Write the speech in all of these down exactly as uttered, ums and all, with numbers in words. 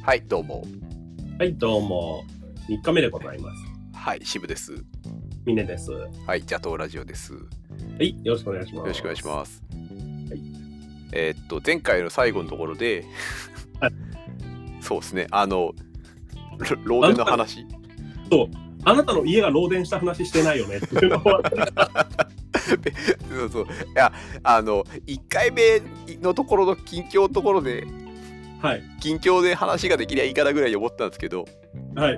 はい、どうも。 はい、どうも。みっかめでございます。 はい、渋です。 ミネです。 はい、ジャトーラジオです。はい、よろしくお願いします。 よろしくお願いします。 はい、 えー、っと、前回の最後のところで、 はい、 そうですね、あの、漏電の話。 そう、あなたの家が漏電した話してないよねっていうのはそうそう。いや、あの、いっかいめのところの近況のところで、 はい、 近況で話ができりゃいいかなぐらいに思ったんですけど、 はい。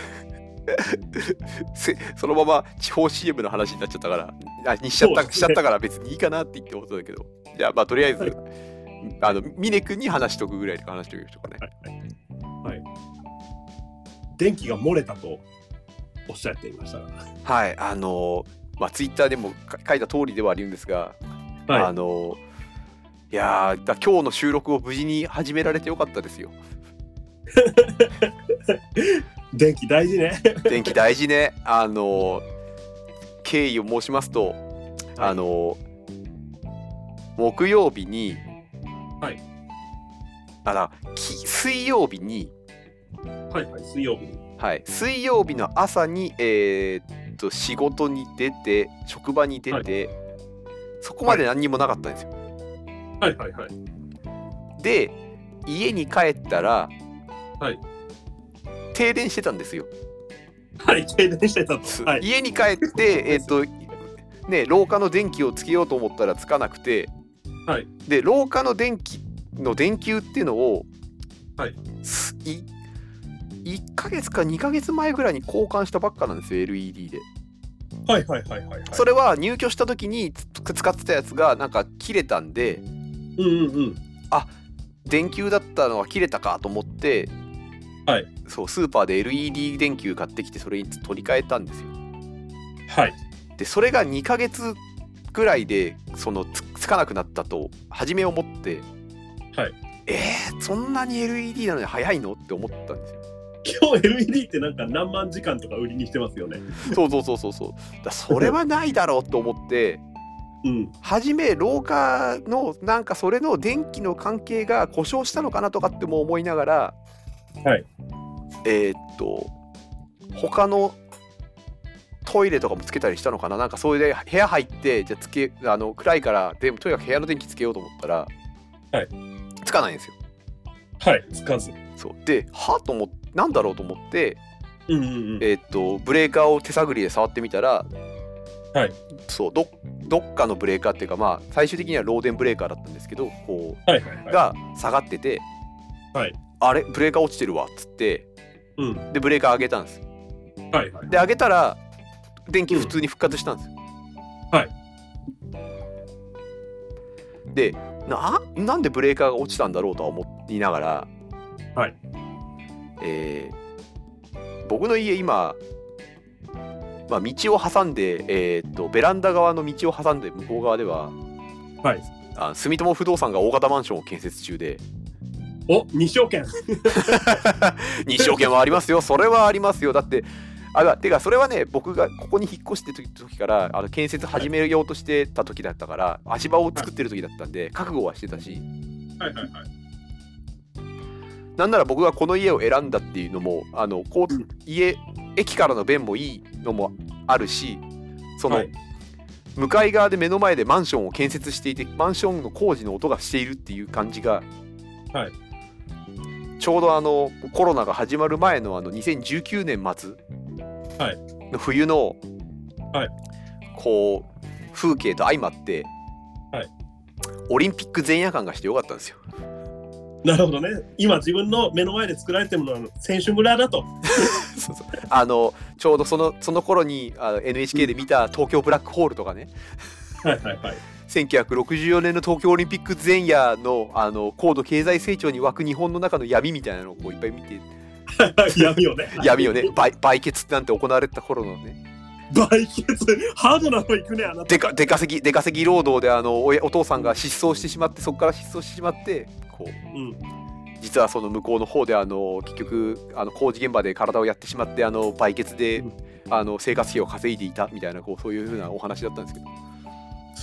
そのまま地方 シーエム の話になっちゃったから、あにしちゃった、ね、しちゃったから別にいいかなって言って思ったんだけど、じゃあまあとりあえず、はい、あのミネ君に話しとくぐらいで話しておきましょうかね。 はい、はい。電気が漏れたとおっしゃっていましたが、 はい、あのまあツイッターでも書いた通りではあるんですが、はい、あのいやーだ今日の収録を無事に始められてよかったですよ。 電気大事ね。 電気大事ね。あの経緯を申しますと、はい、あの木曜日に、 はい、 あら水曜日に、 はいはい、水曜日に、 はい、水曜日の朝に、えー、っと仕事に出て職場に出て、はい、そこまで何にもなかったんですよ。 はいはいはい。 で家に帰ったら、 はい、 停電してたんですよ。 はい、停電してたと。はい、 家に帰ってえー、っとね廊下の電気をつけようと思ったらつかなくて、 はい、 で廊下の電気の電球っていうのを、 はい、 いっかげつかにかげつまえぐらいに交換したばっかなんですよ エルイーディー で。 はいはいはいはい、はい。 それは入居した時に使ってたやつがなんか切れたんで、 うんうんうん、あ、 電球だったのは切れたかと思って、はい、そうスーパーで エルイーディー 電球買ってきてそれに取り替えたんですよ。 はい。 でそれがにかげつぐらいでその つ, つかなくなったと初め思って、はい、えー、そんなに エルイーディー なのに早いのって思ったんですよ。 今日 エルイーディー ってなんか何万時間とか売りにしてますよね。 そうそうそうそうそう。だそれはないだろうと思って。うん、初め廊下のなんかそれの電気の関係が故障したのかなとかっても思いながら、はい、えー、っと他のトイレとかもつけたりしたのかな、なんかそれで部屋入ってじゃつけあの暗いからでもとにかく部屋の電気つけようと思ったら、はい、つかないんですよ。 はい、つかず。 そうではと思ってなんだろうと思って、 うんうんうん、 えー、っとブレーカーを手探りで触ってみたら、はい、そう ど, どっかのブレーカーっていうか、まあ最終的には漏電ブレーカーだったんですけど、こう、はいはいはい、が下がってて、はい、あれブレーカー落ちてるわっつって、うん、でブレーカー上げたんです。はいはい、で上げたら電気普通に復活したんですよ。うん、はい。で な, なんでブレーカーが落ちたんだろうとは思いながら、はい、えー、僕の家今まあ、道を挟んで、えー、っとベランダ側の道を挟んで向こう側では、はい、あ住友不動産が大型マンションを建設中で、 お西尾県西尾県はありますよ。それはありますよ。だってあてかそれはね僕がここに引っ越してる時からあの建設始めようとしてた時だったから、はい、足場を作ってる時だったんで、はい、覚悟はしてたし、はいはいはい、なんなら僕がこの家を選んだっていうのもあのこう、うん、家駅からの便もいいのもあるし、その、はい、向かい側で目の前でマンションを建設していてマンションの工事の音がしているっていう感じが、はい、ちょうどあのコロナが始まる前のあのにせんじゅうきゅうねん末の冬の、はい、こう風景と相まって、はい、オリンピック前夜感がしてよかったんですよ。 なるほどね。今自分の目の前で作られてるのは選手村だとそうそうあのちょうどそのその頃にあの エヌエイチケー で見た東京ブラックホールとかね、はいはいはい、せんきゅうひゃくろくじゅうよねんの東京オリンピック前夜 の, あの高度経済成長に沸く日本の中の闇みたいなのをこういっぱい見て闇をね闇をね売血なんて行われてた頃のね、 売血ハードなの行くねあなた。 でか出稼ぎ出稼ぎ労働であの お, お父さんが失踪してしまって、そこから失踪してしまってこう、うん、実はその向こうの方であの結局あの工事現場で体をやってしまってあの売血で、うん、あの生活費を稼いでいたみたいなこうそういう風なお話だったんですけど、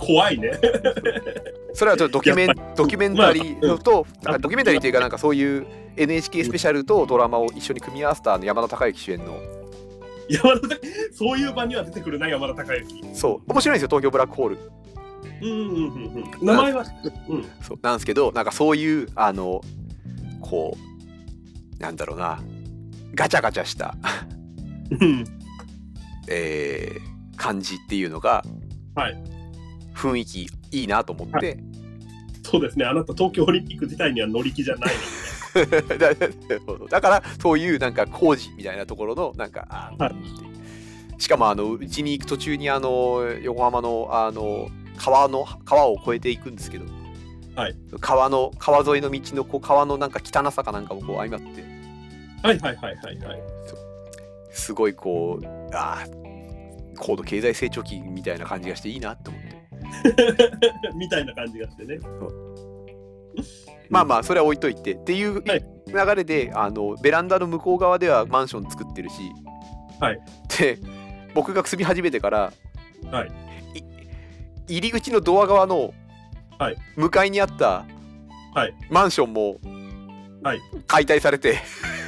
怖いね。 それはちょっとドキュメンやっぱドキュメンタリーと、 まああドキュメンタリーというかなんかそういう エヌエイチケー スペシャルとドラマを一緒に組み合わせたあの山田孝之主演の、 山田孝そういう場には出てくるな、山田孝之。 そう面白いんですよ、東京ブラックホール。 うんうんうんうん。名前は知ってる。うん。 そうなんですけど、なんかそういうあのこうなんだろうな、ガチャガチャしたうんえー感じっていうのが、 はい。 雰囲気いいなと思って、 はそうですね。あなた東京オリンピック自体には乗り気じゃないのだだからそういうなんか工事みたいなところのなんか、あーはいってしかもあのうちに行く途中にあの横浜のあの川の川を越えていくんですけど、 はい、 川の川沿いの道のこう川のなんか汚さかなんかもこう相まって、 はいはいはいはいはい。 すごいこうあ高度経済成長期みたいな感じがしていいなと思って。 みたいな感じがしてね。 まあまあそれは置いといてっていうはい流れで、あのベランダの向こう側ではマンション作ってるし、 はい、 で僕が住み始めてから、 はい、 い入り口のドア側の向かいにあったマンションも解体されて、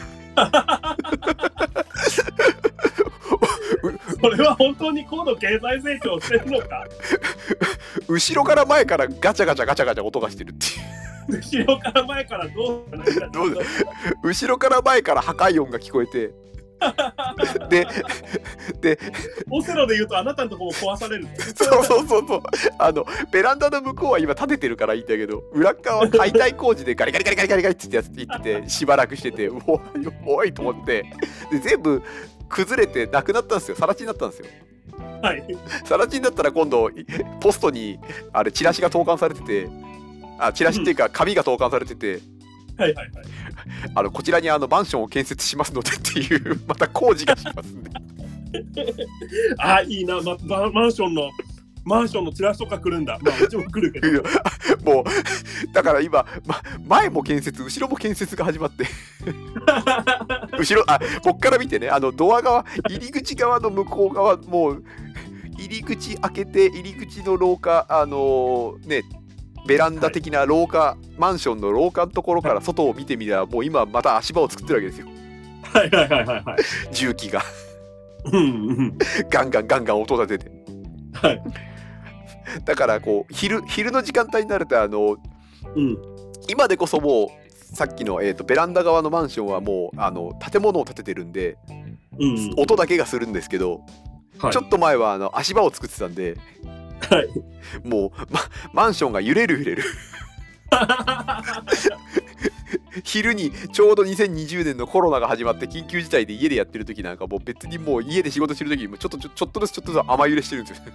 それは本当に高度経済成長してるのか。 後ろから前からガチャガチャガチャガチャ音がしてるっていう。 後ろから前からどうなんどう後ろから前から破壊音が聞こえてででオセロで言うとあなたのとこも壊される。 そうそうそうそう、あのベランダの向こうは今建ててるからいいんだけど、裏側は解体工事でガリガリガリガリガリガリってやつ言っててしばらくしてて、おいおいと思って、で全部崩れてなくなったんですよ。更地になったんですよ。 はい。 更地になったら今度ポストにあれチラシが投函されてて、あチラシっていうか紙が投函されてて、 はいはいはい。 あのこちらにあのマンションを建設しますのでっていうまた工事がしますんで。 あいいな、ま、ママンションのマンションのチラシとか来るんだ。まあうちも来るけど。 もうだから今、ま、前も建設後ろも建設が始まって後ろあこっから見てね、あのドア側入り口側の向こう側、もう入り口開けて入り口の廊下、あのー、ねベランダ的な廊下、はい、マンションの廊下のところから外を見てみたら、もう今また足場を作ってるわけですよ。 はいはいはいはいはい。 重機がうんうんガンガンガンガン音立てて、 はい。 だからこう 昼, 昼の時間帯になるとあの、 うん、 今でこそもうさっきの、えーとベランダ側のマンションはもうあの建物を建ててるんで、うん、音だけがするんですけど、はい、ちょっと前はあの足場を作ってたんで、 はい、 もう、ま、マンションが揺れる揺れる昼にちょうどにせんにじゅうねんのコロナが始まって緊急事態で家でやってる時なんか、もう別にもう家で仕事してる時にもちょっとちょちょっとずつちょっとずつ雨揺れしてるんですよ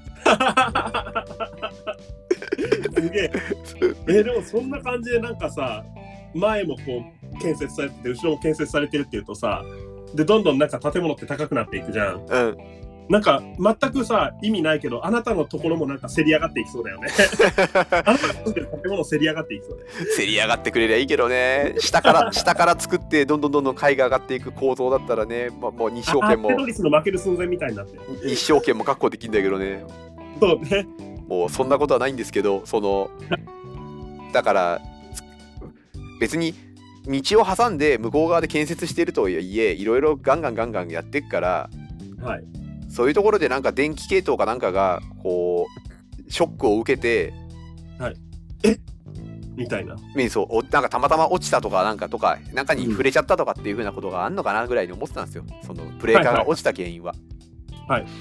すげえ。えー、でもそんな感じでなんかさ、前もこう建設されてて後ろも建設されてるっていうとさ、でどんどんなんか建物って高くなっていくじゃん。うん。なんか全くさ意味ないけど、あなたのところもなんかせり上がっていきそうだよねあなたが住んでる建物せり上がっていきそうだよね。せり上がってくれりゃいいけどね。下から下から作ってどんどんどんどん階が上がっていく構造だったらね、まあ、もう日照権もテロリスの負ける寸前みたいになって日照権も確保できるんだけどね。 そうね。 もうそんなことはないんですけど、そのだから別に道を挟んで向こう側で建設しているとはいえ、いろいろガンガンガンガンやっていくから、はい、そういうところでなんか電気系統かなんかがこうショックを受けて、 はい、えみたいな、 そうなんかたまたま落ちたとかなんかとかなんかに触れちゃったとかっていう風なことがあんのかなぐらいに思ってたんですよ、そのブレーカーが落ちた原因は。はい、はい、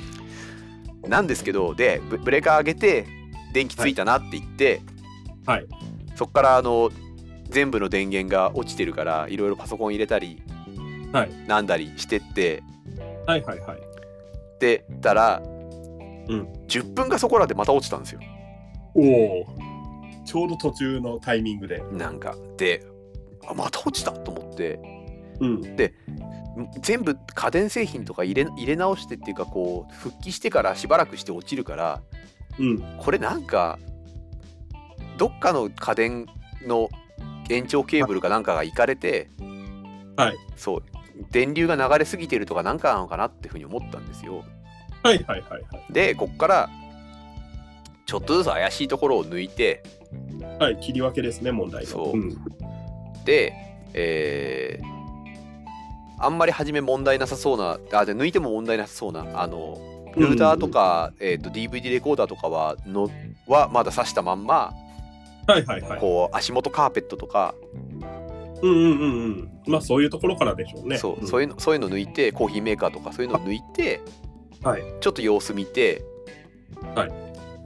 なんですけど、でブレーカー上げて電気ついたなって言って、はい、そっからあの全部の電源が落ちてるからいろいろパソコン入れたり、はい、なんだりしてって、はいはいはい、でたら、うん、じゅっぷんがそこらでまた落ちたんですよ。 おお、ちょうど途中のタイミングでなんかで、あまた落ちたと思って、うん、で全部家電製品とか入れ、入れ直してっていうかこう復帰してからしばらくして落ちるから、うん、これなんかどっかの家電の延長ケーブルかなんかがいかれて、はい、そう電流が流れすぎてるとかなんかなのかなっていうふうに思ったんですよ。 はいはいはいはい。 でこっからちょっとずつ怪しいところを抜いて、 はい、切り分けですね、問題の。 そう、うん、で、えー、あんまり初め問題なさそうな、あ、で抜いても問題なさそうな、あのルーターとか、うんうんうん、えーと、ディーブイディー レコーダーとかはのはまだ挿したまんま、 はいはいはい、 こう足元カーペットとか、 うんうんうんうん、まあそういうところからでしょうね。 そう、 うん、 そういうのそういうの抜いて、コーヒーメーカーとかそういうの抜いて、 はい、 ちょっと様子見て、 はい、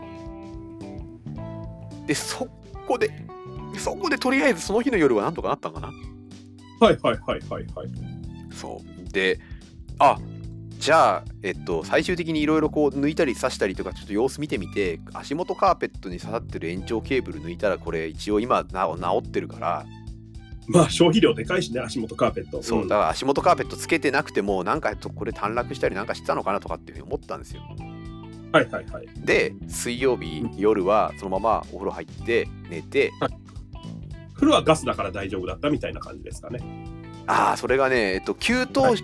でそこでそこでとりあえずその日の夜はなんとかなったのかな。 はいはいはいはいはい。 そうで、あ、じゃあ、えっと、最終的にいろいろこう抜いたり刺したりとかちょっと様子見てみて、足元カーペットに刺さってる延長ケーブル抜いたら、これ一応今な治ってるから、 まあ消費量でかいしね、足元カーペット。 そう、だから足元カーペットつけてなくてもなんかこれ短絡したりなんかしてたのかなとかっていうふうに思ったんですよ。 はいはいはい。 で、水曜日夜はそのままお風呂入って寝て、 はい、風呂はガスだから大丈夫だったみたいな感じですかね。 ああ、それがね、えっと、給湯器、はい、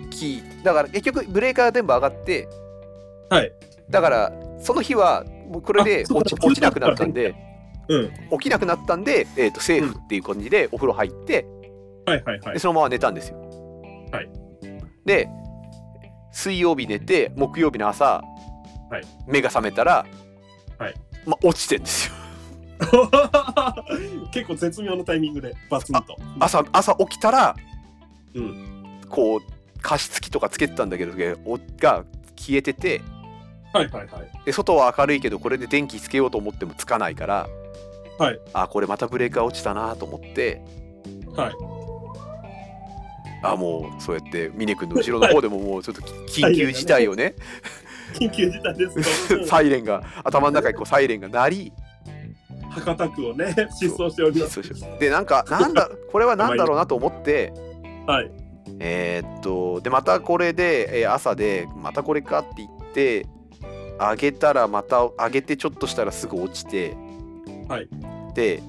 だから結局ブレーカー全部上がって、 はい、 だからその日はもうこれで落ち、落ちなくなったんで、 うん、 起きなくなったんで、えーと、セーフっていう感じでお風呂入って、 うん、はいはいはい、 でそのまま寝たんですよ。 はい、 で水曜日寝て木曜日の朝、はい、目が覚めたら、はい、ま、落ちてんですよ。 結構絶妙なタイミングでバツンと朝、朝起きたら、 うん、 こう加湿器とかつけてたんだけどが消えてて、 はいはいはい、 で外は明るいけどこれで電気つけようと思ってもつかないから、 はい、 あ、これまたブレーカー落ちたなと思って、 はい、 あ、もうそうやって峰君の後ろの方でももうちょっと緊急事態をね緊急事態ですサイレンが頭の中にこうサイレンが鳴り、 博多区をね失踪しております。 で、なんかなんだこれはなんだろうなと思って、 はい、 えー、っとでまたこれで、えー、朝でまたこれかって言って上げたら、また上げてちょっとしたらすぐ落ちて、 はい、 で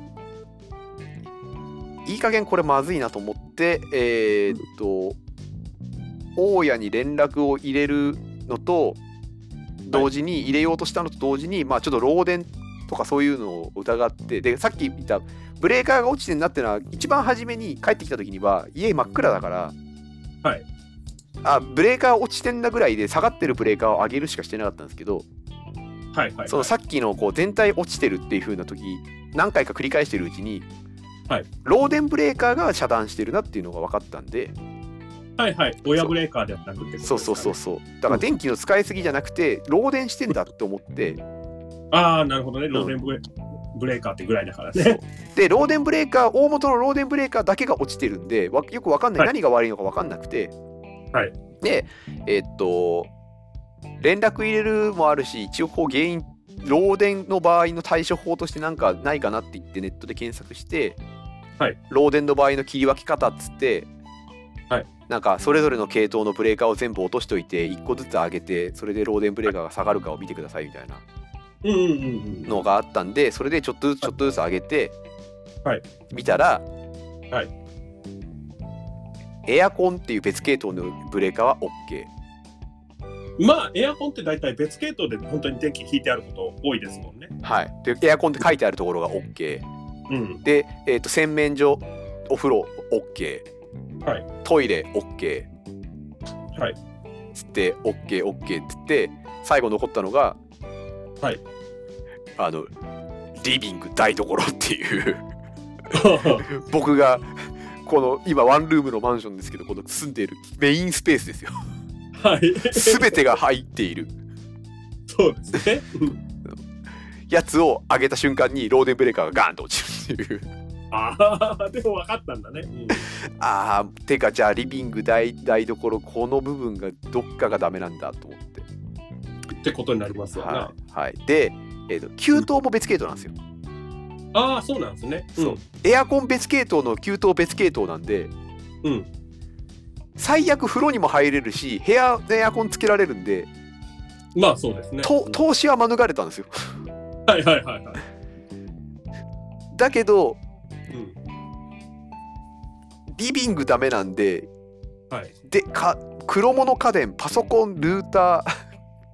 いい加減これまずいなと思って、えー、っと大家に連絡を入れるのと同時に、入れようとしたのと同時に、まあちょっと漏電とかそういうのを疑って、でさっき言ったブレーカーが落ちてんなっていうのは一番初めに帰ってきた時には家真っ暗だから、 はい、 あ、ブレーカー落ちてんだぐらいで下がってるブレーカーを上げるしかしてなかったんですけど、 はいはいはい、 そのさっきのこう全体落ちてるっていう風な時何回か繰り返してるうちに、はい、漏電ブレーカーが遮断してるなっていうのが分かったんで、 はいはい、親ブレーカーではなくて、ね、 そうそうそうそう、だから電気の使いすぎじゃなくて漏電してんだって思って、 ああなるほどね、漏電ブレ、うん、ブレーカーってぐらいだからね。 で漏電ブレーカー、大元の漏電ブレーカーだけが落ちてるんで、よく分かんない、はい、何が悪いのか分かんなくて、 はい、 でえー、っと連絡入れるもあるし、一応こう原因漏電の場合の対処法としてなんかないかなって言ってネットで検索して、はい、漏電の場合の切り分け方っつって、はい、なんかそれぞれの系統のブレーカーを全部落としといていっこずつ上げて、それで漏電ブレーカーが下がるかを見てくださいみたいなのがあったんで、それでちょっとずつちょっとずつ上げて、はい、見たら、はい、エアコンっていう別系統のブレーカーは OK。 まあエアコンって大体別系統で本当に電気引いてあること多いですもんね。 はい。でエアコンって書いてあるところが OK。うん、で、えーと、洗面所、お風呂 OK。はい。トイレ OK。はい。つって OK、OK っつって最後残ったのが、はい。あのリビング台所っていう僕がこの今ワンルームのマンションですけど、この住んでいるメインスペースですよ。はい、全てが入っているそうですねやつを上げた瞬間に漏電ブレーカーがガーンと落ちるっていう。 ああ、でも分かったんだね、うん、ああ、てかじゃあリビング 台, 台所この部分がどっかがダメなんだと思ってってことになりますよね。 はい、はい、で、えーと、給湯も別系統なんですよ、うん、 ああそうなんですね、 そう、うん、エアコン別系統の給湯別系統なんで、うん、最悪風呂にも入れるし部屋でエアコンつけられるんで、 まあそうですね、 と投資は免れたんですよはいはいはいはい。 だけど、うん、リビングダメなんで、はい、でか黒物家電、パソコン、ルーター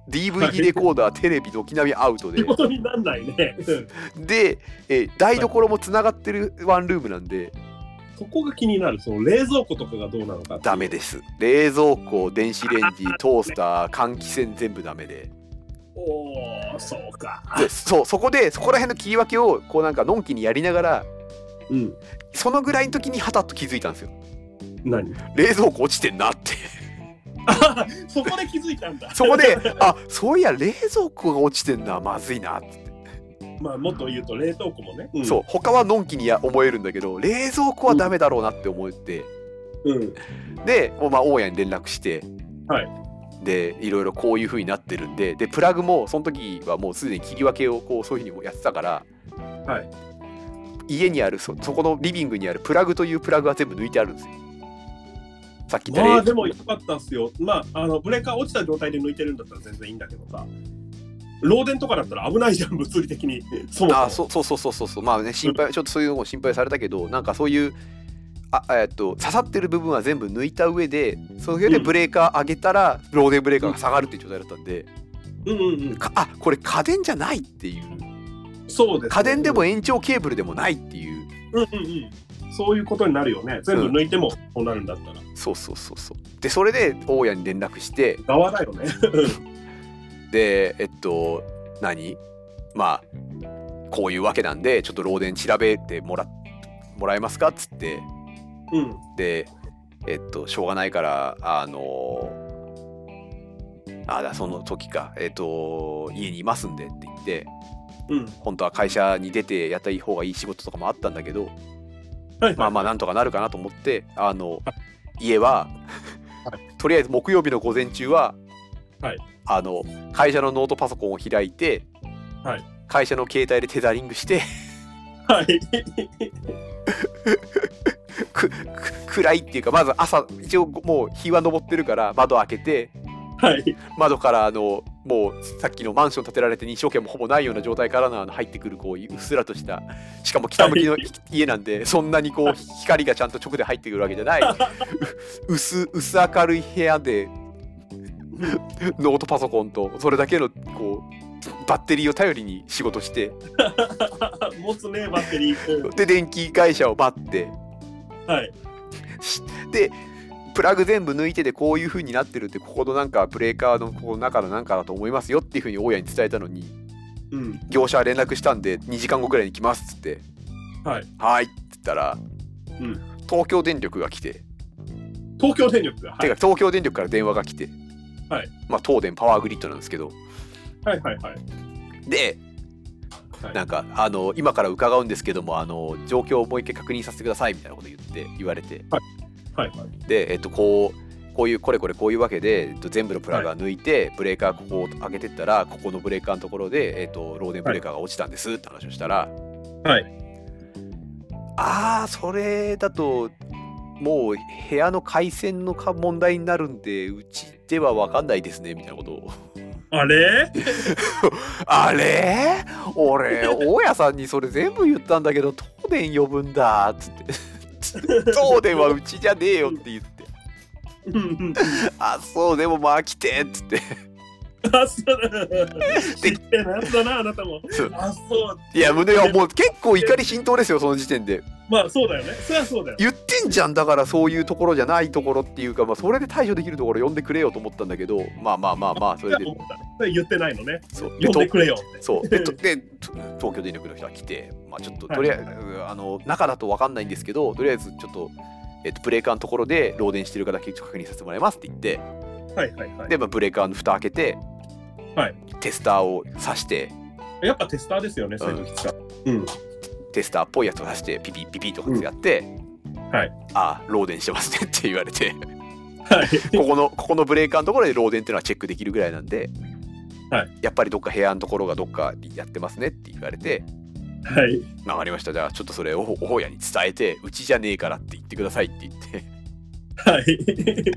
ディーブイディー レコーダー、テレビ軒並みアウトで。 仕事になんないね。 で、えー台所もつながってるワンルームなんで、 そこが気になる。その冷蔵庫とかがどうなのか。 ダメです。冷蔵庫、電子レンジ、トースター、換気扇全部ダメで。 おお、そうか。 で、そう、そこで、そこら辺の切り分けを、こうなんか、のんきにやりながら、 うん。 そのぐらいの時にはたっと気づいたんですよ。 何？ 冷蔵庫落ちてんなって。 あ、そこで気づいたんだ。 そこで、あ、そういや冷蔵庫が落ちてんな、まずいなって。 まあもっと言うと冷凍庫もね。うん、 そう、他はのんきにや思えるんだけど、冷蔵庫はダメだろうなって思って、 うん、 で、もうまあ大家に連絡して、 はい。 で、いろいろこういう風になってるんで、で、プラグもその時はもうすでに切り分けをこうそういう風にもやってたから、 はい。 家にあるそ、そこのリビングにあるプラグというプラグは全部抜いてあるんですよ。さっき言ったまあでもよかったっすよ。まあ、あのブレーカー落ちた状態で抜いてるんだったら全然いいんだけどさ、漏電とかだったら危ないじゃん、物理的に。 そう、あ、そうそうそうそうそう、まあね、心配、うん、ちょっとそういうのを心配されたけど、なんかそういう、あ、えっと、刺さってる部分は全部抜いた上で、その上でブレーカー上げたら、うん、漏電ブレーカーが下がるっていう状態だったんで、 うんうんうん、 あ、これ家電じゃないっていう。 そうです、ね、 家電でも延長ケーブルでもないっていう。 うんうんうん。そういうことになるよね。全部抜いてもこうなるんだったら。 うん、そうそうそうそう。で、それで大家に連絡して。 側だよね。 で、えっと、何まあ、こういうわけなんで、ちょっと漏電調べてもら、もらえますかっつって。 うん、 で、えっと、しょうがないから、あの、あだ、その時か、えっと、家にいますんでって言って、うん、本当は会社に出てやった方がいい仕事とかもあったんだけど、はいはい、まあまあなんとかなるかなと思ってあの家は、はい、とりあえず木曜日の午前中は、はい、あの会社のノートパソコンを開いて、はい、会社の携帯でテザリングして、はい、くく暗いっていうかまず朝一応もう日は昇ってるから窓開けて、はい、窓からあのもうさっきのマンション建てられて認証権もほぼないような状態からの入ってくるこううっすらとしたしかも北向きの家なんでそんなにこう光がちゃんと直で入ってくるわけじゃない薄薄明るい部屋でノートパソコンとそれだけのこうバッテリーを頼りに仕事して持つねバッテリーで電気会社を待って、はい、でプラグ全部抜いててこういう風になってるってここのなんかブレーカーのここの中のなんかだと思いますよっていう風に大家に伝えたのに、うん、業者連絡したんでにじかんごくらいに来ますっつってはいはいって言ったら、うん、東京電力が来て東京電力が、はい、 てか東京電力から電話が来て、 はいまあ、東電パワーグリッドなんですけどはいはいはいではい、なんかあの今から伺うんですけどもあの状況をもう一回確認させてくださいみたいなこと言って言われて、はいはいはい、で、えっと、こうこういうこれこれこういうわけで、えっと、全部のプラグを抜いて、はい、ブレーカーここを上げてったらここのブレーカーのところで、えっと、漏電ブレーカーが落ちたんですって話をしたら、はい、ああそれだともう部屋の回線の問題になるんでうちでは分かんないですねみたいなことをあれあれ俺大家さんにそれ全部言ったんだけど東電呼ぶんだっつって東電はうちじゃねえよって言ってあそうでもまあ来てっつってあそうだ知ってなんだなあなたもあそういや胸はもう結構怒り心頭ですよその時点でまあそうだよねそりゃそうだよ言ってんじゃんだからそういうところじゃないところっていうか、まあ、それで対処できるところ呼んでくれよと思ったんだけどまあまあまあまあそれで言ってないのねそう呼んでくれよってそうでで東京電力の人が来てまあちょっととりあえず、はい、あの中だと分かんないんですけどとりあえずちょっと、えっと、ブレーカーのところで漏電してるかだけ確認させてもらいますって言ってはいはいはいで、まあ、ブレーカーの蓋開けてはい、テスターを挿してやっぱテスターですよね、そういう時使う、うん、 テスターっぽいやつを挿してピピピピとかやって、うん、はいあ漏電してますねって言われて、はい、ここのここのブレーカーのところで漏電っていうのはチェックできるぐらいなんで、はい、やっぱりどっか部屋のところがどっかやってますねって言われてはい分かりましたじゃあちょっとそれを大家に伝えてうちじゃねえからって言ってくださいって言ってはい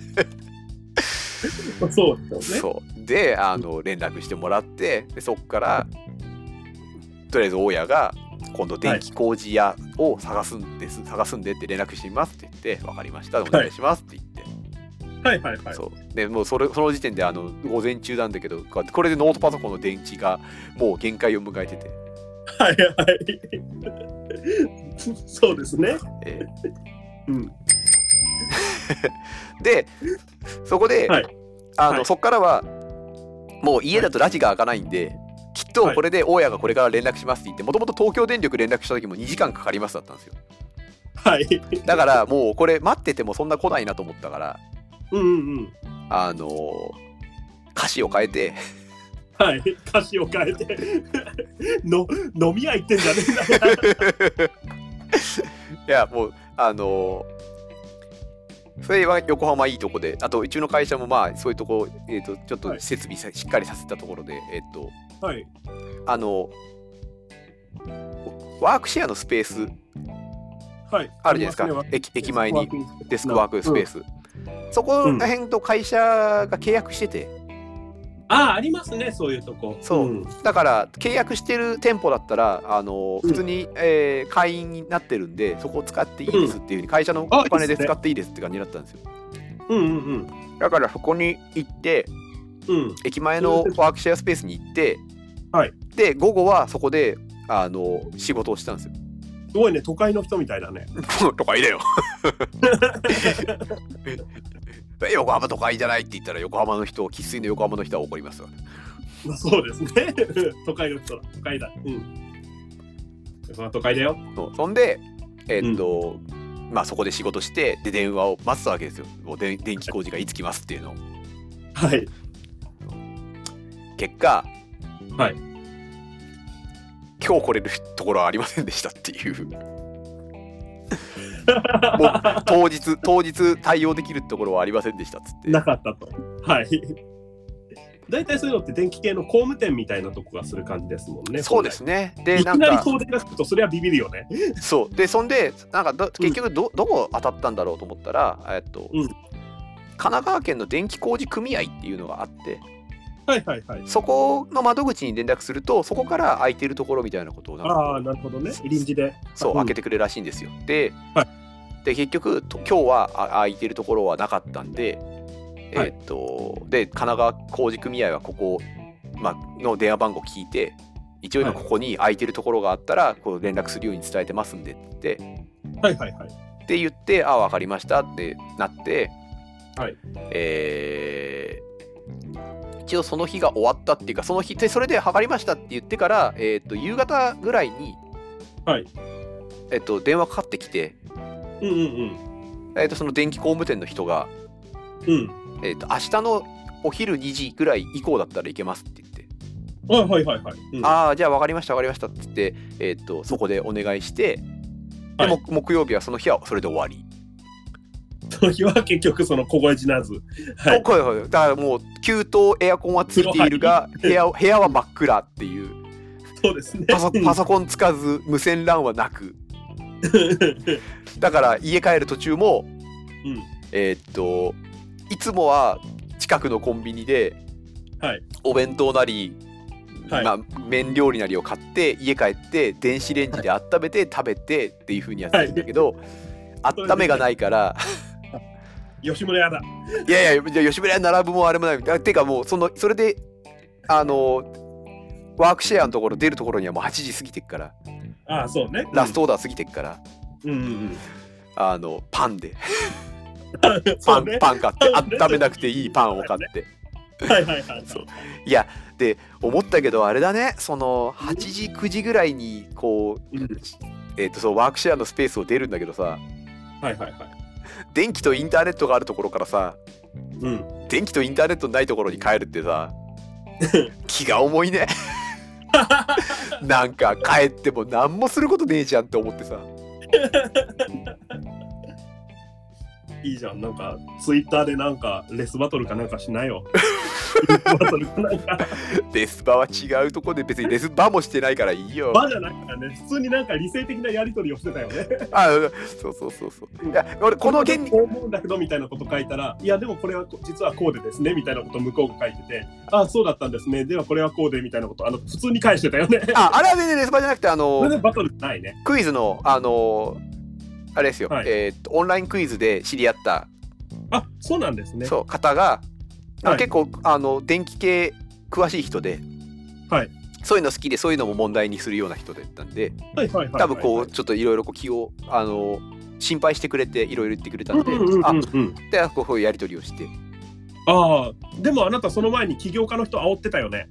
そうですよね。 そうであの連絡してもらってでそっからとりあえず大家が今度電気工事屋を探すんです、はい、探すんでって連絡してみますって言って分かりましたお願いしますって言って、 はいはいはい。 そうでもうそれその時点であの午前中なんだけど、これでノートパソコンの電池がもう限界を迎えてて、 はいはい。そうですね。 えー、うん。 でそこで、はい、あの、はい、そこからはもう家だとラジが開かないんで、はい、きっとこれで大家がこれから連絡しますって言って、もともと東京電力連絡した時もにじかんかかりますだったんですよ。 はい。 だからもうこれ待っててもそんな来ないなと思ったから、 うんうんうん、 あの歌詞を変えてはい、歌詞を変えての飲み屋行ってんじゃねえんだいやもうあのそれは横浜いいとこで、あとうちの会社もまあそういうとこ、えー、とちょっと設備しっかりさせたところで、えっ、ー、と、 はい、 あのワークシェアのスペース、 はい、 あるじゃないですか、ね、駅, 駅前にデスクワークスペース、うん、そこら辺と会社が契約してて、うん、 ああ、ありますね、そういうとこ。 そう、うん、だから契約してる店舗だったらあの普通に、うん、えー、会員になってるんで、そこを使っていいですっていう風に、会社のお金で使っていいですって感じだったんですよ。 うんうんうん、 だからそこに行って、 うん、 駅前のワークシェアスペースに行って、 はい、 で午後はそこであの仕事をしたんですよ。 すごいね、都会の人みたいだね。 都会だよ横浜都会じゃないって言ったら、横浜の人、生粋の横浜の人は怒りますわ。 まあ、そうですね都会の人だ、都会だ。うん。横浜都会だよ。 そう、そんでえー、っと、うん、まあそこで仕事して、で電話を待つわけですよ。もう電気工事がいつ来ますっていうのを。 はい。 結果、 はい。 今日来れるところはありませんでしたっていうもう当日当日対応できるところはありませんでしたっつって。 なかったと。はい。大体そういうのって電気系の工務店みたいなとこがする感じですもんね。 そうですね。でいきなり当然がつくとそれはビビるよね。 そうで、そんでなんかど結局 ど,、うん、どこ当たったんだろうと思ったら、えっと、うん、神奈川県の電気工事組合っていうのがあって、 はいはいはい、 そこの窓口に連絡すると、そこから空いてるところみたいなことをなんか、 ああ、なるほどね、臨時でそう、うん、開けてくれるらしいんですよ。で、 はい、 で結局今日は空いてるところはなかったんで、はい、えー、っとで神奈川工事組合はここ、まあの電話番号聞いて、一応今ここに空いてるところがあったらこう連絡するように伝えてますんでって言って、 はいはいはい、 って言って、ああ分かりましたってなって、 はい、 えー一応その日が終わったっていうか、その日でそれで測りましたって言ってから、えー、と夕方ぐらいに、 はい、 えー、と電話かかってきて、 うんうんうん、 えー、とその電気工務店の人が、 うんえー、と明日のお昼にじぐらい以降だったらいけますって言って、 はいはいはいはい、 うん、ああじゃあ分かりました分かりましたって言って、えー、とそこでお願いして、でも、はい、木曜日はその日はそれで終わり。 その日は結局その凍え死なず、 はい、はいはい、だからもう給湯エアコンはついているが部屋部屋は真っ暗っていう。 そうですね。 パソ、パソコンつかず無線 ラン はなくだから家帰る途中も、 うん、 えー、っといつもは近くのコンビニで、 はい、 お弁当なり、 はい、 まあ、麺料理なりを買って家帰って電子レンジで温めて食べてっていう風にやってるんだけど、はい、温めがないから吉村屋だ。 いやいや、じゃあ吉村屋並ぶもあれもない。ていうかもうそのそれであのワークシェアのところ出るところにはもうはちじ過ぎてっから。 ああそうね。 ラストオーダー過ぎてっから。 うんうんうん。 あのパンでパン、ね、パン買って温めなくていいパンを買って。 はいはいはい。 そう。いやで思ったけどあれだね。そのはちじくじぐらいにこう、うん、えっ、ー、とそうワークシェアのスペースを出るんだけどさ。 はいはいはい。 電気とインターネットがあるところからさ、 うん、 電気とインターネットないところに帰るってさ気が重いねなんか帰っても何もすることねえじゃんって思ってさいいじゃん、なんかツイッターでなんかレスバトルかなんかしないよレスバトルかなんかレスバは違うとこで別にレスバもしてないからいいよ。 バじゃないからね、普通になんか理性的なやり取りをしてたよねあ、そうそうそうそう、いや俺この現に思うんだけどみたいなこと書いたら、いやでもこれは実はこうでですねみたいなこと向こうが書いてて、あそうだったんですね、ではこれはこうでみたいなことあの普通に返してたよねああれは全然レスバじゃなくて、あのこれでバトルないね、 クイズのあのあれですよ、はい、えー、っとオンラインクイズで知り合ったあ、そうなんですね。 そう方が、 はい、 結構あの電気系詳しい人で、 はい、 そういうの好きでそういうのも問題にするような人だったんで、多分こうちょっといろいろ気をあの心配してくれていろいろ言ってくれたんで、あでこういうやり取りをして。 ああ、でもあなたその前に起業家の人煽ってたよね。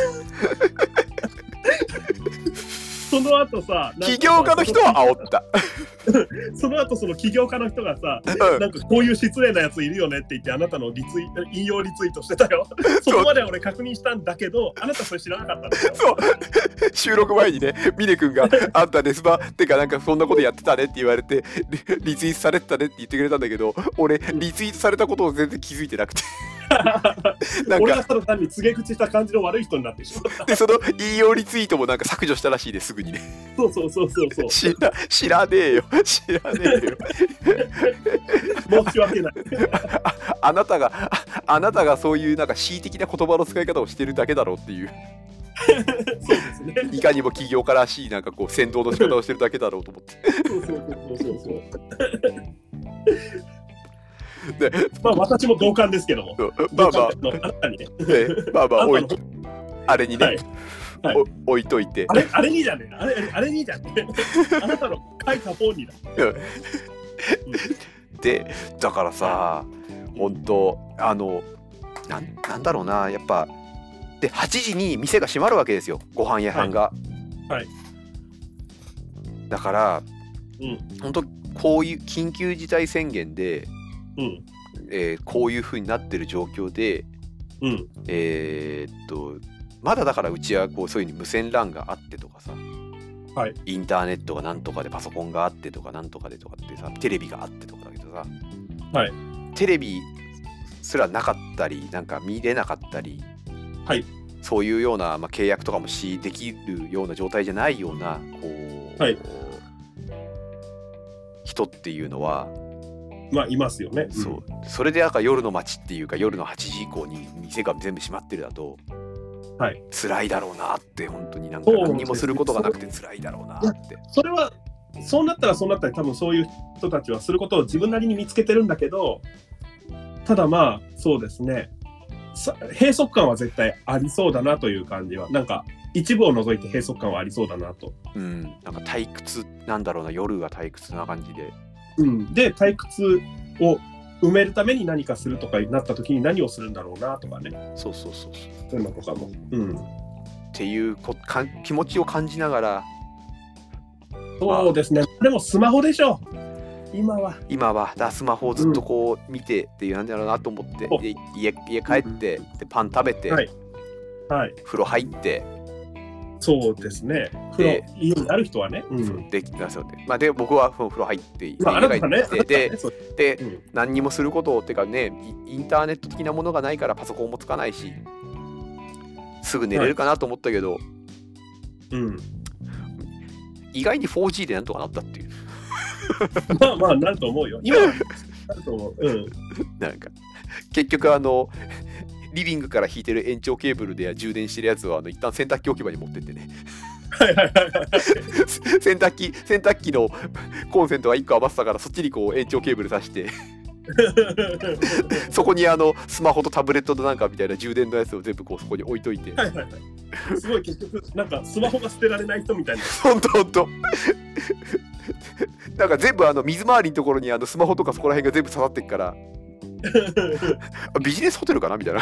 その後さ、 起業家の人は煽った。 その後その起業家の人がさ、うん、なんかこういう失礼なやついるよねって言ってあなたのリツイ引用リツイートしてたよ。そこまで俺確認したんだけど、あなたそれ知らなかったんだよ。 そう。収録前にね、峰君があんたネスバってかなんかそんなことやってたねって言われてリ、リツイートされてたねって言ってくれたんだけど、俺リツイートされたことを全然気づいてなくて。 なんか俺がただ単に告げ口した感じの悪い人になってしまった。 でその引用リツイートもなんか削除したらしいですぐにね。 そうそうそうそうそう。 知ら知らねえよ知らねえよ。 申し訳ない。 あ, あなたが あ, あなたがそういうなんか恣意的な言葉の使い方をしてるだけだろうっていう。 そうですね。 いかにも起業家らしいなんかこう先導の仕方をしてるだけだろうと思って。 そうそうそうそうそう。でまあ私も同感ですけども。 まあまあ、まあまあ、おいあれにね、はいはい、置いといて。 あれ、あれにじゃねえ。あれ、あれにじゃねえ。あなたの書いた本にだ。 で、だからさ、本当あのな、なんだろうな、やっぱ、で、はちじに店が閉まるわけですよ、ご飯屋さんが。 はい。はい、 だから、 うん、 本当こういう緊急事態宣言で、 うんえー、こういう風になってる状況で、 うん、 えー、っとまだだからうちはこうそういう風に無線 ラン があってとかさ、 はい、 インターネットがなんとかでパソコンがあってとかなんとかでとかってさ、テレビがあってとかだけどさ、 はい、 テレビすらなかったりなんか見れなかったり、 はい、 そういうような、まあ、契約とかもしできるような状態じゃないようなこう、 はい、 人っていうのはまあいますよね。 そう、うん、それでなんか夜の街っていうか夜のはちじ以降に店が全部閉まってるだと、 はい、 辛いだろうなって、本当になんか何にもすることがなくて辛いだろうなって。 それはそうなったらそうなったら多分そういう人たちはすることを自分なりに見つけてるんだけど、ただまあそうですね、閉塞感は絶対ありそうだなという感じは、なんか一部を除いて閉塞感はありそうだなと。 うん、なんか退屈なんだろうな、夜が退屈な感じで。 うん、で退屈を埋めるために何かするとかになった時に何をするんだろうなとかね。 そうそうそうそう。 そういうのとかも。うん。 っていうこか気持ちを感じながら。 そうですね。まあ、でもスマホでしょ。今は。 今はだスマホをずっとこう見てっていうなんだろうなと思って、うん、で 家, 家帰って、うん、でパン食べて、 はいはい、 風呂入って。 そうですね。風呂家にある人はね。 うん、でだそうで、まあ、で僕は風呂入って、 まあ、 家帰って、 ね、で、で、うん、何にもすることっていうかね、インターネット的なものがないからパソコンもつかないし、すぐ寝れるかなと思ったけど、はい、 うん、 意外に フォージー でなんとかなったっていう。 まあまあなると思うよ。今はなると思う。うん。 なんか結局あの。リビングから引いてる延長ケーブルで充電してるやつをあの一旦洗濯機置き場に持ってってね。 はいはいはいはい。 洗濯機洗濯機のコンセントがいっこ余ってたからそっちにこう延長ケーブル挿してそこにあのスマホとタブレットとなんかみたいな充電のやつを全部こうそこに置いといて。 はいはいはい。すごい結局なんかスマホが捨てられない人みたいな。 ほんとほんと。なんか全部あの水回りのところにあのスマホとかそこら辺が全部刺さってっから。ビジネスホテルかなみたいな。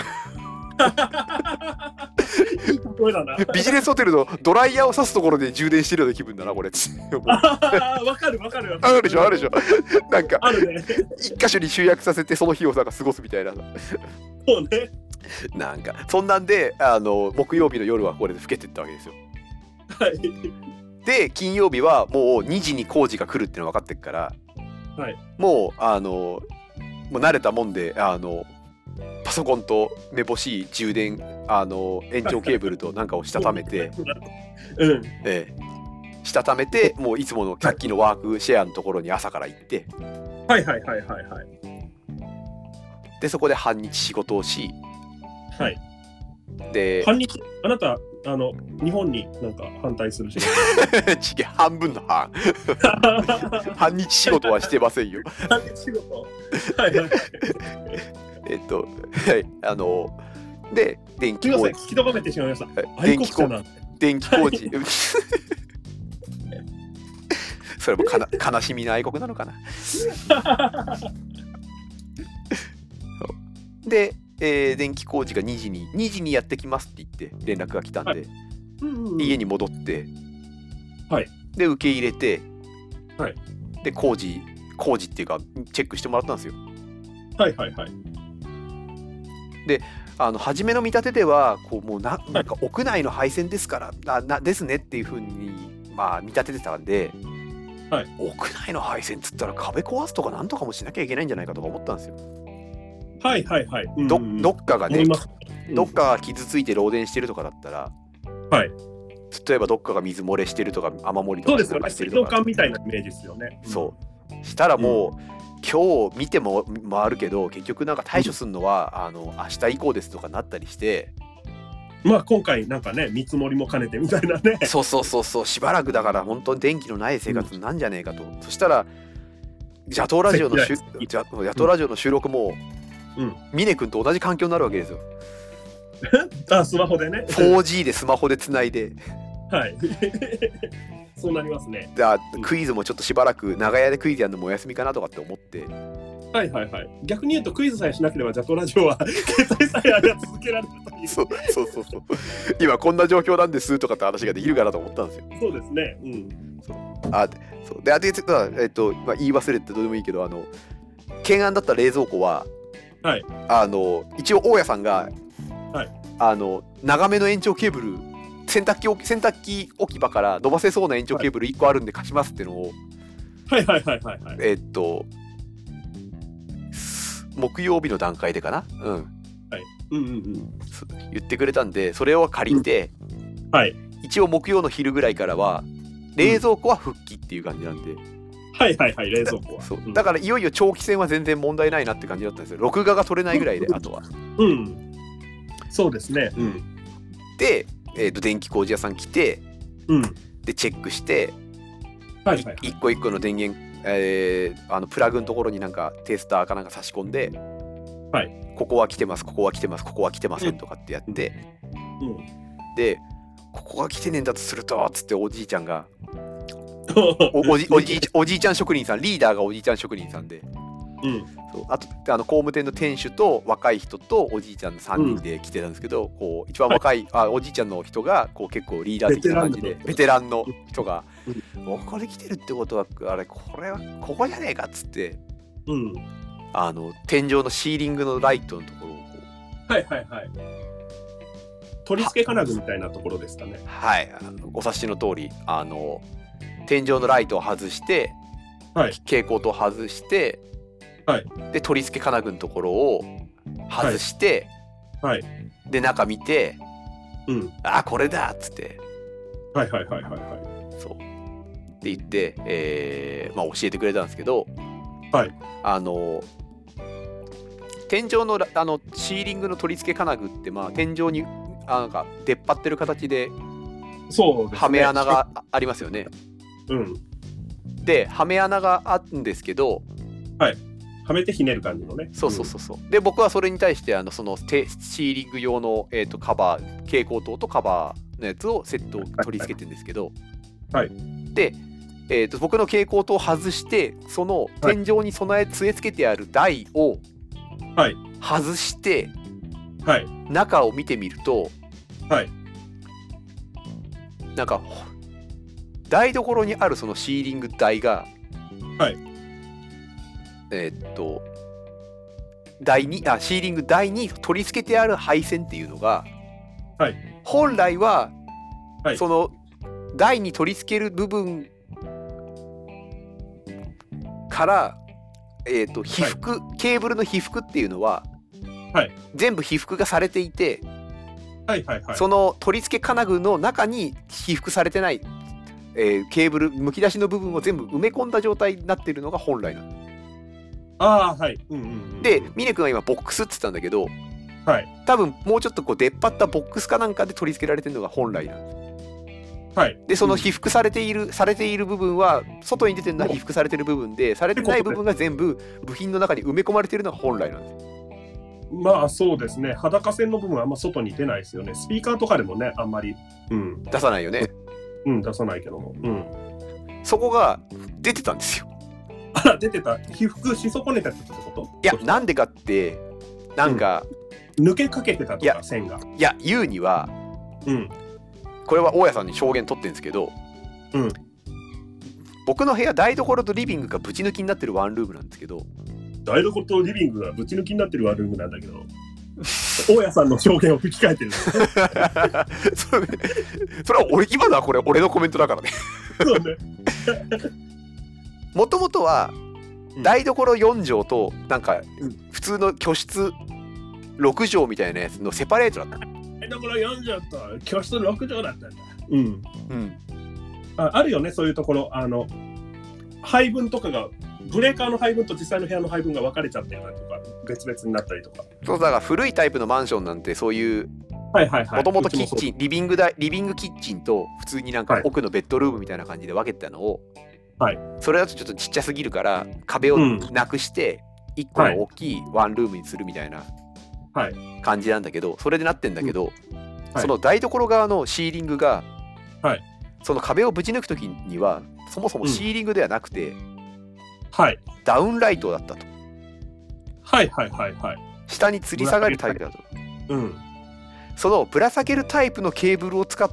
いい声だな。 ビジネスホテルのドライヤーを刺すところで充電してるような気分だなこれ。 わかるわかるわかる。 あるでしょあるでしょ。なんかあるね。 一箇所に集約させてその日をなんか過ごすみたいな。 そうね。 なんかそんなんであの木曜日の夜はこれで更けてったわけですよ。 はい。 で金曜日はもうにじに工事が来るっていうの分かってるから、 はい、 もうあのもう慣れたもんであのパソコンとめぼしい充電あの延長ケーブルとなんかをしたためて、 うんええ、したためてもういつものさっきのワークシェアのところに朝から行って、 はいはいはいはいはい。 でそこで半日仕事をし、 はい。 で半日あなたあの日本になんか反対する仕事ちげ半分の半半日仕事はしてませんよ。 半日仕事はいはいえっとはいあので電気工事聞き止めてしまいました。 電気工事電気工事それもかな悲しみの愛国なのかなで、えー、電気工事がにじににじにやってきますって言って連絡が来たんで、はいうんうん、家に戻って、 はい、 で受け入れて、 はい、 で工事工事っていうかチェックしてもらったんですよ。 はいはいはい。 であの初めの見立てではこうもう な, なんか屋内の配線ですから、はい、なですねっていう風にまあ見立ててたんで、 はい、 屋内の配線っつったら壁壊すとかなんとかもしなきゃいけないんじゃないかとか思ったんですよ。 はいはいはい。うんうん、 ど, どっかがね、 うん、 どっかが傷ついて漏電してるとかだったら、 はい、 例えばどっかが水漏れしてるとか雨漏りとかしてるとか、 そうですよね、水道管みたいなイメージですよね。 うん、そうしたらもう、うん、今日見ても回るけど結局なんか対処するのは、うん、あの明日以降ですとかなったりして、 まあ今回なんかね見積もりも兼ねてみたいなね。 そうそうそうそうしばらくだから本当に電気のない生活なんじゃねえかと、うん、そしたらジャトーラジオのジャジャトーラジオの収録も、うん、峰君と同じ環境になるわけですよ。 あスマホでねフォージー でスマホでつないではいそうなりますね。 だクイズもちょっとしばらく長屋でクイズやるのもお休みかなとかって思って、 はいはいはい。逆に言うとクイズさえしなければジャトラジオは携帯さえあれば続けられるというそうそうそうそう今こんな状況なんですとかって話ができるかなと思ったんですよ。 そうですね。うんそうあそうであで、えっとまあ、言い忘れてどうでもいいけどあの懸案だった冷蔵庫は、 はい、 あの一応大家さんが、 はい、 あの長めの延長ケーブル洗濯機洗濯機置き場から伸ばせそうな延長ケーブルいっこあるんで貸しますっていうのを、 はいはいはいはいはい、 えー、っと木曜日の段階でかな、うんはいうんうんうん、 言ってくれたんでそれを借りて、 うんはい、 一応木曜の昼ぐらいからは冷蔵庫は復帰っていう感じなんで、うん、 はいはいはい冷蔵庫はそうだからいよいよ長期戦は全然問題ないなって感じだったんですよ。録画が取れないぐらいで、うん、あとはうんそうですね、うん、 で、えー、と電気工事屋さん来て、 うん、 でチェックして、 はいはいはい、 一個一個の電源、えー、あのプラグのところになんかテスターかなんか差し込んで、 はい、 ここは来てますここは来てますここは来てませんとかってやって、 うん、 でここが来てねえんだとするとつっておじいちゃんがお, お, じ お, じおじいちゃん職人さんリーダーがおじいちゃん職人さんで、 うん、 そうあとあの工務店の店主と若い人とおじいちゃんのさんにんで来てたんですけど、うん、こう一番若い、はい、あおじいちゃんの人がこう結構リーダー的な感じでベテランの人が、うん、ここで来てるってことはあれこれはここじゃねえかっつって、 うん、 あの天井のシーリングのライトのところをこうはいはいはい取り付け金具みたいなところですかね。 はいお察しの通りあの天井のライトを外して、 はい、 蛍光灯を外して、 はい、 で取り付け金具のところを外して、 はいはい、 で中見て、 うん、 あこれだっつってはいはいはいはいはいそうって言って、えーまあ、教えてくれたんですけど、 はい、 あの天井のあのシーリングの取り付け金具って、まあ、天井にあなんか出っ張ってる形でそうですね、 はめ穴がありますよね。 うん、 ではめ穴があるんですけど、 はい、はめてひねる感じのね。 そうそうそうそう、うん、で僕はそれに対してあのそのシーリング用の、えー、とカバー蛍光灯とカバーのやつをセットを取り付けてるんですけど、 はい、 で、えー、と僕の蛍光灯を外してその天井に備え据え付けてある台を外して、 はい、 中を見てみると、 はい、 なんか台所にあるそのシーリング台が、 はい、 えー、っと台にあシーリング台に取り付けてある配線っていうのが、 はい、 本来は、 はい、 その台に取り付ける部分から、えー、と被覆、はい、ケーブルの被覆っていうのは、 はい、 全部被覆がされていて、 はいはいはい、 その取り付け金具の中に被覆されてない、えー、ケーブルむき出しの部分を全部埋め込んだ状態になっているのが本来なの。 ああはい、うんうんうん、 で峰君は今ボックスって言ったんだけど、 はい、 多分もうちょっとこう出っ張ったボックスかなんかで取り付けられてるのが本来なんです。 はい、 でその被覆されている、うん、されている部分は外に出てるのは被覆されてる部分で、されてない部分が全部部品の中に埋め込まれているのが本来なんです。 まあそうですね、裸線の部分はあんま外に出ないですよね。スピーカーとかでもね、あんまり、うん、 出さないよね。 うん、出さないけども、うん、 そこが出てたんですよ。 あら、出てた。被覆し損ねたってこと？ いや、なんでかってなんか、 うん、抜けかけてたとか、線が。 いや、言うには、うん、これは大家さんに証言取ってるんですけど、うん、僕の部屋、台所とリビングがぶち抜きになってるワンルームなんですけど、 台所とリビングがぶち抜きになってるワンルームなんだけど大家さんの証言を吹き替えてるそれ、それは俺、今のはこれ俺のコメントだからね。 そうね。 もともとは台所よん畳となんか普通の居室ろく畳みたいなやつのセパレートだった。 台所よん畳と居室ろく畳だったんだ。うん、うん、あ, あるよね、そういうところ。あの配分とかがブレーカーの配分と実際の部屋の配分が分かれちゃったようなとか、別々になったりとか。 そうだから古いタイプのマンションなんてそういうもともとキッチン、リビングだリビングキッチンと普通になんか奥のベッドルームみたいな感じで分けてたのを、はい、それだとちょっとちっちゃすぎるから壁をなくしていっこの大きいワンルームにするみたいな感じなんだけど、それでなってんだけど、うん、その台所側のシーリングが、はい、その壁をぶち抜く時にはそもそもシーリングではなくて、うん、はい、ダウンライトだったと。 はいはいはいはい。 下に吊り下がるタイプだと。うん。そのぶら下げるタイプのケーブルを使って、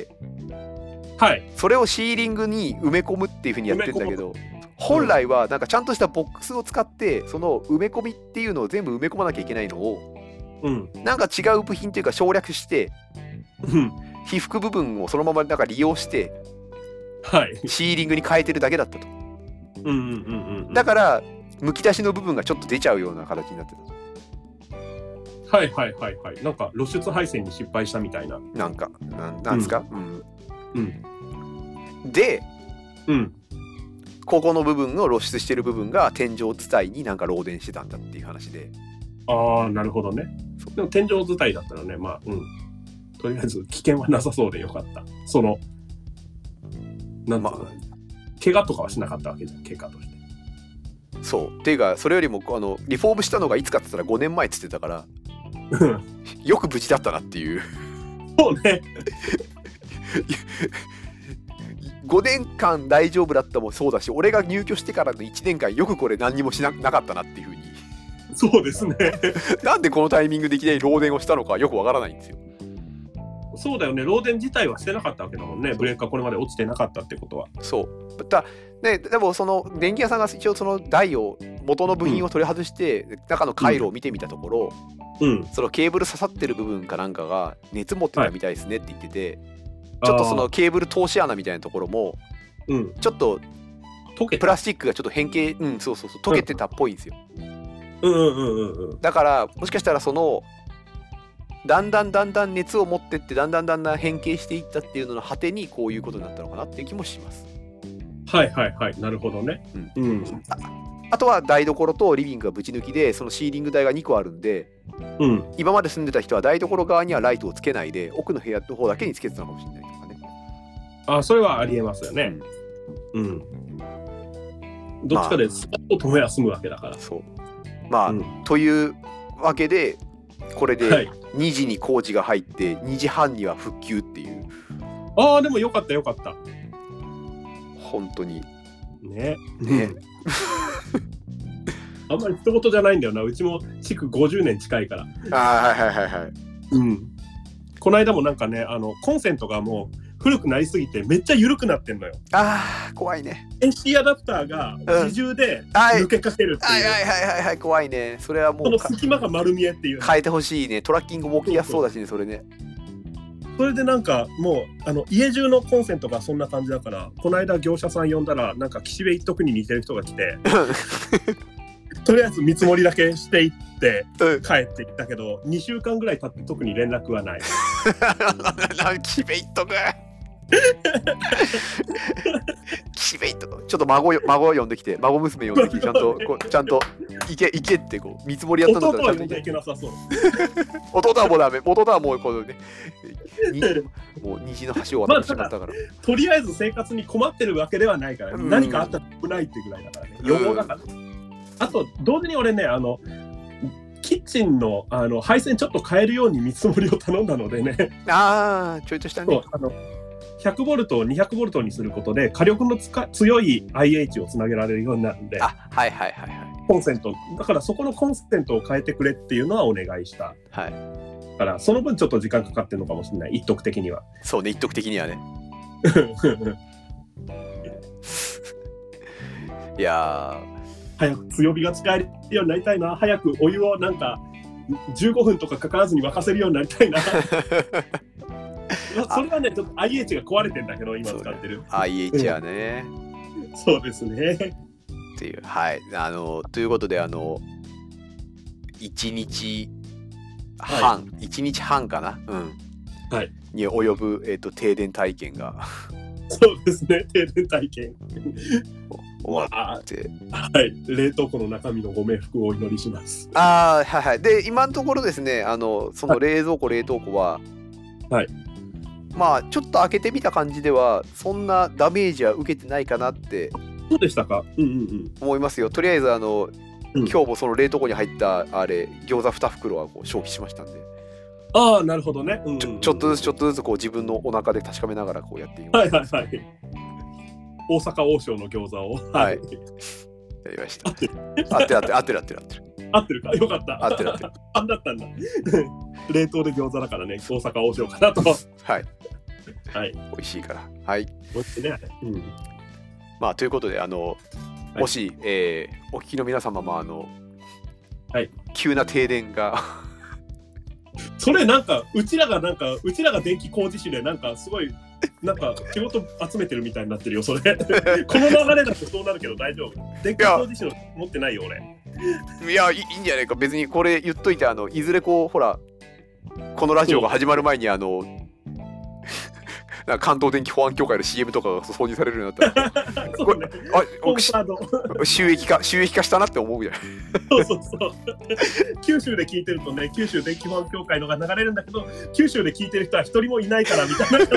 はい、それをシーリングに埋め込むっていう風にやってるんだけど、本来はなんかちゃんとしたボックスを使ってその埋め込みっていうのを全部埋め込まなきゃいけないのを、うん、なんか違う部品っていうか省略して、うん、被覆部分をそのままなんか利用して、はい、シーリングに変えてるだけだったと。うんうんうんうん、だからむき出しの部分がちょっと出ちゃうような形になってた。はいはいはいはい。なんか露出配線に失敗したみたいな。 なんかな ん, なんですか、うんうんうん、で、うん、ここの部分の露出してる部分が天井伝いになんか漏電してたんだっていう話で。 ああ、なるほどね。でも天井伝いだったらね、まあ、うん、とりあえず危険はなさそうでよかった。そのなんまあ怪我とかはしなかったわけじゃん、結果として。 そうっていうか、それよりもあのリフォームしたのがいつかって言ったらごねんまえっつってたからよく無事だったなっていう。 そうね。 ごねんかん大丈夫だったもそうだし、俺が入居してからのいちねんかんよくこれ何にもし な, なかったなっていう風に。 そうですね。 なんでこのタイミングでいきなり漏電をしたのかよくわからないんですよ。 そうだよね、漏電自体はしてなかったわけだもんね。ブレーカーこれまで落ちてなかったってことは。 そうだ、ね、でもその電気屋さんが一応その台を元の部品を取り外して、うん、中の回路を見てみたところ、うん、そのケーブル刺さってる部分かなんかが熱持ってたみたいですねって言ってて、はい、ちょっとそのケーブル通し穴みたいなところも、うん、ちょっとプラスチックがちょっと変形、うん、そうそうそう溶けてたっぽいんですよ。うんうんうんうんうん。だからもしかしたらそのだんだんだんだん熱を持ってってだんだんだんだん変形していったっていうのの果てにこういうことになったのかなっていう気もします。 はいはいはい、なるほどね。うんうん、 あ, あとは台所とリビングがぶち抜きでそのシーリング台がにこあるんで、うん、今まで住んでた人は台所側にはライトをつけないで奥の部屋の方だけにつけてたのかもしれないとかね。 あ、それはありえますよね。うん、うん、どっちかでスポッと止めは済むわけだから。 そうまあ、うん、というわけでこれでにじに工事が入ってにじはんには復旧っていう。 ああ、でもよかったよかった。 本当にねねあんまり一言じゃないんだよな。うちも築ごじゅうねん近いから。 ああはいはいはいはい。 うん。この間もなんかね、あのコンセントがもう古くなりすぎてめっちゃ緩くなってんのよ。 ああ怖いね。 エーシー アダプターが自重で抜けかけるっていう、 はい、はいはいはいはい怖いね。それはもうその隙間が丸見えっていう、 ね、変えてほしいね。トラッキングも起きやすそうだしね。それね。 それでなんかもうあの家中のコンセントがそんな感じだから、この間業者さん呼んだらなんか岸辺一徳に似てる人が来てとりあえず見積もりだけしていって帰っていったけど、にしゅうかんぐらい経って特に連絡はない。 岸辺一徳岸岸辺とかちょっと孫よ孫を呼んできて孫娘呼んできてちゃんとこうちゃんと行け行けってこう見積もりやったんだったらちゃんと行け。 いけなさそう。 弟はもうダメ。弟はもうこのねにもう虹の橋を渡ってしまったから、まあ、 とりあえず生活に困ってるわけではないから、うん、何かあったら危ないってぐらいだからね、予防だから、うん、あと同時に俺ねあのキッチン の, あの配線ちょっと変えるように見積もりを頼んだのでねああちょいとしたねあのひゃくボルトをにひゃくボルトにすることで火力のつか強い アイエイチ をつなげられるようになるんで、 あはいはいはいはいコンセントだからそこのコンセントを変えてくれっていうのはお願いした、 はい、 だからその分ちょっと時間かかってるのかもしれない、一徳的には。 そうね、一徳的にはねいや早く強火が使えるようになりたいな。早くお湯をなんかじゅうごふんとかかからずに沸かせるようになりたいなそれはねちょっと アイエイチ が壊れてんだけど今使ってる、ね、 アイエイチ はね、 うん、そうですねっていう、はいあのということであのいちにちはん、はい、いちにちはんかな、うんはい、 に及ぶ、えーと、停電体験がそうですね、停電体験終わって、 まあ、はい、冷凍庫の中身のご冥福をお祈りします。 ああはいはい。で今のところですね、あのその冷蔵庫、はい、冷凍庫は、 はい、 まあちょっと開けてみた感じではそんなダメージは受けてないかなって。 そうでしたか。うんうんうん。 思いますよ。とりあえずあの、うん、今日もその冷凍庫に入ったあれ餃子に袋はこう消費しましたんで。 ああなるほどね、 うんうんうん、ちょ, ちょっとずつちょっとずつこう自分のお腹で確かめながらこうやっています。 はいはいはい。大阪王将の餃子をはいやりました。合ってる合ってる合ってる合ってる合ってる合ってるかよかった。 合ってる合ってるあんだったんだ冷凍で餃子だからね、大阪王将かなと。 はいはい美味しいからはい美味しいね、うん、 まあということであの、はい、もし、えー、お聞きの皆様もあの、 はい、 急な停電がそれなんかうちらがなんかうちらが電気工事士でなんかすごいなんか仕事集めてるみたいになってるよそれこの流れだとそうなるけど大丈夫？電気工事士の持ってないよ俺。いやいいんじゃないか。別にこれ言っといてあのいずれこうほらこのラジオが始まる前にあのなんか関東電気保安協会の シーエム とかが挿入されるようになったらこれ、ね、あ収益化収益化したなって思うじゃないそうそうそう九州で聞いてるとね、九州電気保安協会のが流れるんだけど九州で聞いてる人は一人もいないからみたいな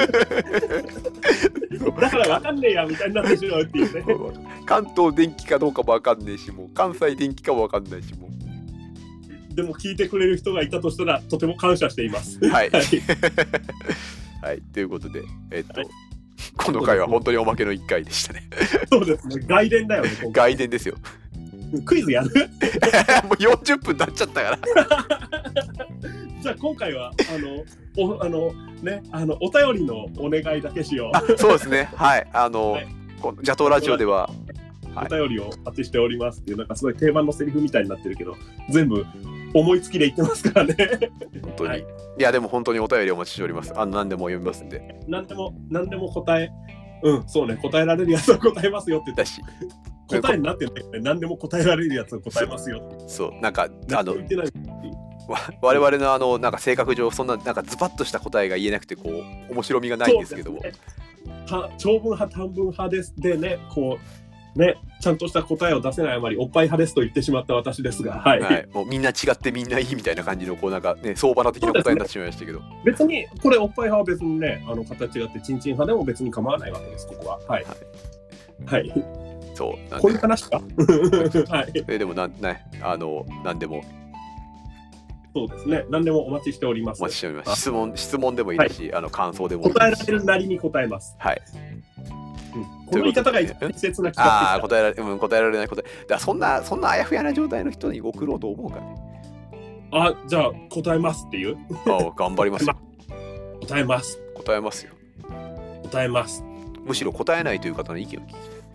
だから分かんねえやみたいになってしまうっていうね関東電気かどうかも分かんねえし、もう関西電気かも分かんないし、もうでも聞いてくれる人がいたとしたらとても感謝しています。 はいはい、ということで、えっと、はい、この回は本当におまけのいっかいでしたね。 そうですね、外伝だよね。 外伝ですよ。 クイズやるもうよんじゅっぷん経っちゃったから。 じゃあ今回はあのおあのねあのお便りのお願いだけしよう。 あ、そうですね。はい、あの、はい、この邪道ラジオでは。 お便りをお待ちしておりますっていう、なんかすごい定番のセリフみたいになってるけど全部思いつきで言ってますからね。 本当に、はい、いやでも本当にお便りお待ちしております。あの何でも読みますんで。 何でも何でも答えうんそうね答えられるやつは答えますよって言ったし答えになってないよね。何でも答えられるやつは答えますよ。 そうなんかあの我々のあのなんか性格上そんななんかズバッとした答えが言えなくてこう面白みがないんですけども、ね、 長文派短文派ですでねこうね、ちゃんとした答えを出せないあまりおっぱい派ですと言ってしまった私ですが、はいはい、もうみんな違ってみんないいみたいな感じのこうなんかね相場な的な答えになってしまいましたけど、ね、 別にこれおっぱい派は別にねあの形があってチンチン派でも別に構わないわけですここははいはい、はい、 そうこういう話かはいえでもなんねあの何でもそうですね何でもお待ちしております。 お待ちしております。質問質問でもいいですし、はい、あの感想でもいいですし答えられるなりに答えますはいうん、この言い方が適切な企画ああ答えられ、うん、答えられない答えだそんなそんなあやふやな状態の人にご苦労と思うかね。 あじゃあ答えますっていうあ頑張りますよ答えます答えますよ答えますむしろ答えないという方の意見を聞き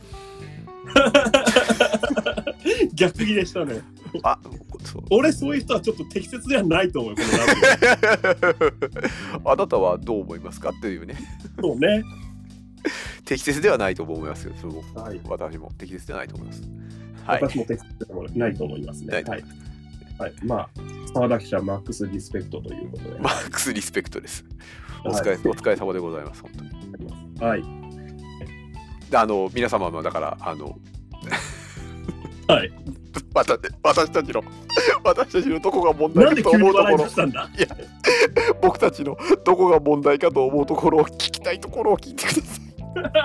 逆ギレしたね。 あそう俺そういう人はちょっと適切ではないと思うこのラジオあなたはどう思いますかっていうねそうね適切ではないと思いますよ。そう、 はい、 私も適切ではないと思います。 はい、私も適切ではないと思いますね。はい、はいはい、まあ澤田記者マックスリスペクトということで。 マックスリスペクトです。お疲れ、はい、お疲れ様でございます本当に。 はい。 あの皆様のだからあのはい。 私私たちの私たちのどこが問題かと思うところ、いや僕たちのどこが問題かと思うところを聞きたいところを聞いてください。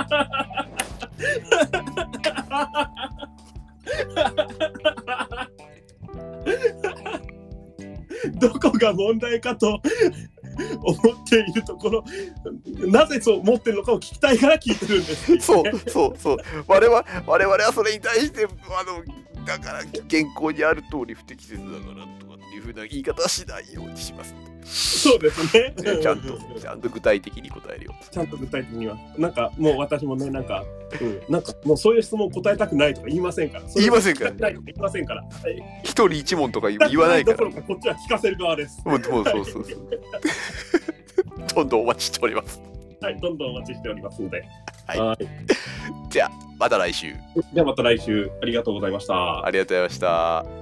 どこが問題かと思っているところ、なぜそう思ってるのかを聞きたいから聞いてるんです、ね。 そうそうそう。我々我々はそれに対してあのだから原稿にある通り不適切だからとかっていう風な言い方はしないようにします。 そうですね。 ちゃんとちゃんと具体的に答えるよ。 ちゃんと具体的にはなんかもう私もねなんか、うん、なんかもうそういう質問答えたくないとか言いませんから。 言いませんから。 言いませんから。 一人一問とか言わないから。 どころかこっちは聞かせる側です。 もうそうそうそうそう。どんどんお待ちしております。 はい、どんどんお待ちしておりますので。 はい。はいじゃあまた来週。 じゃあまた来週ありがとうございました。 ありがとうございました。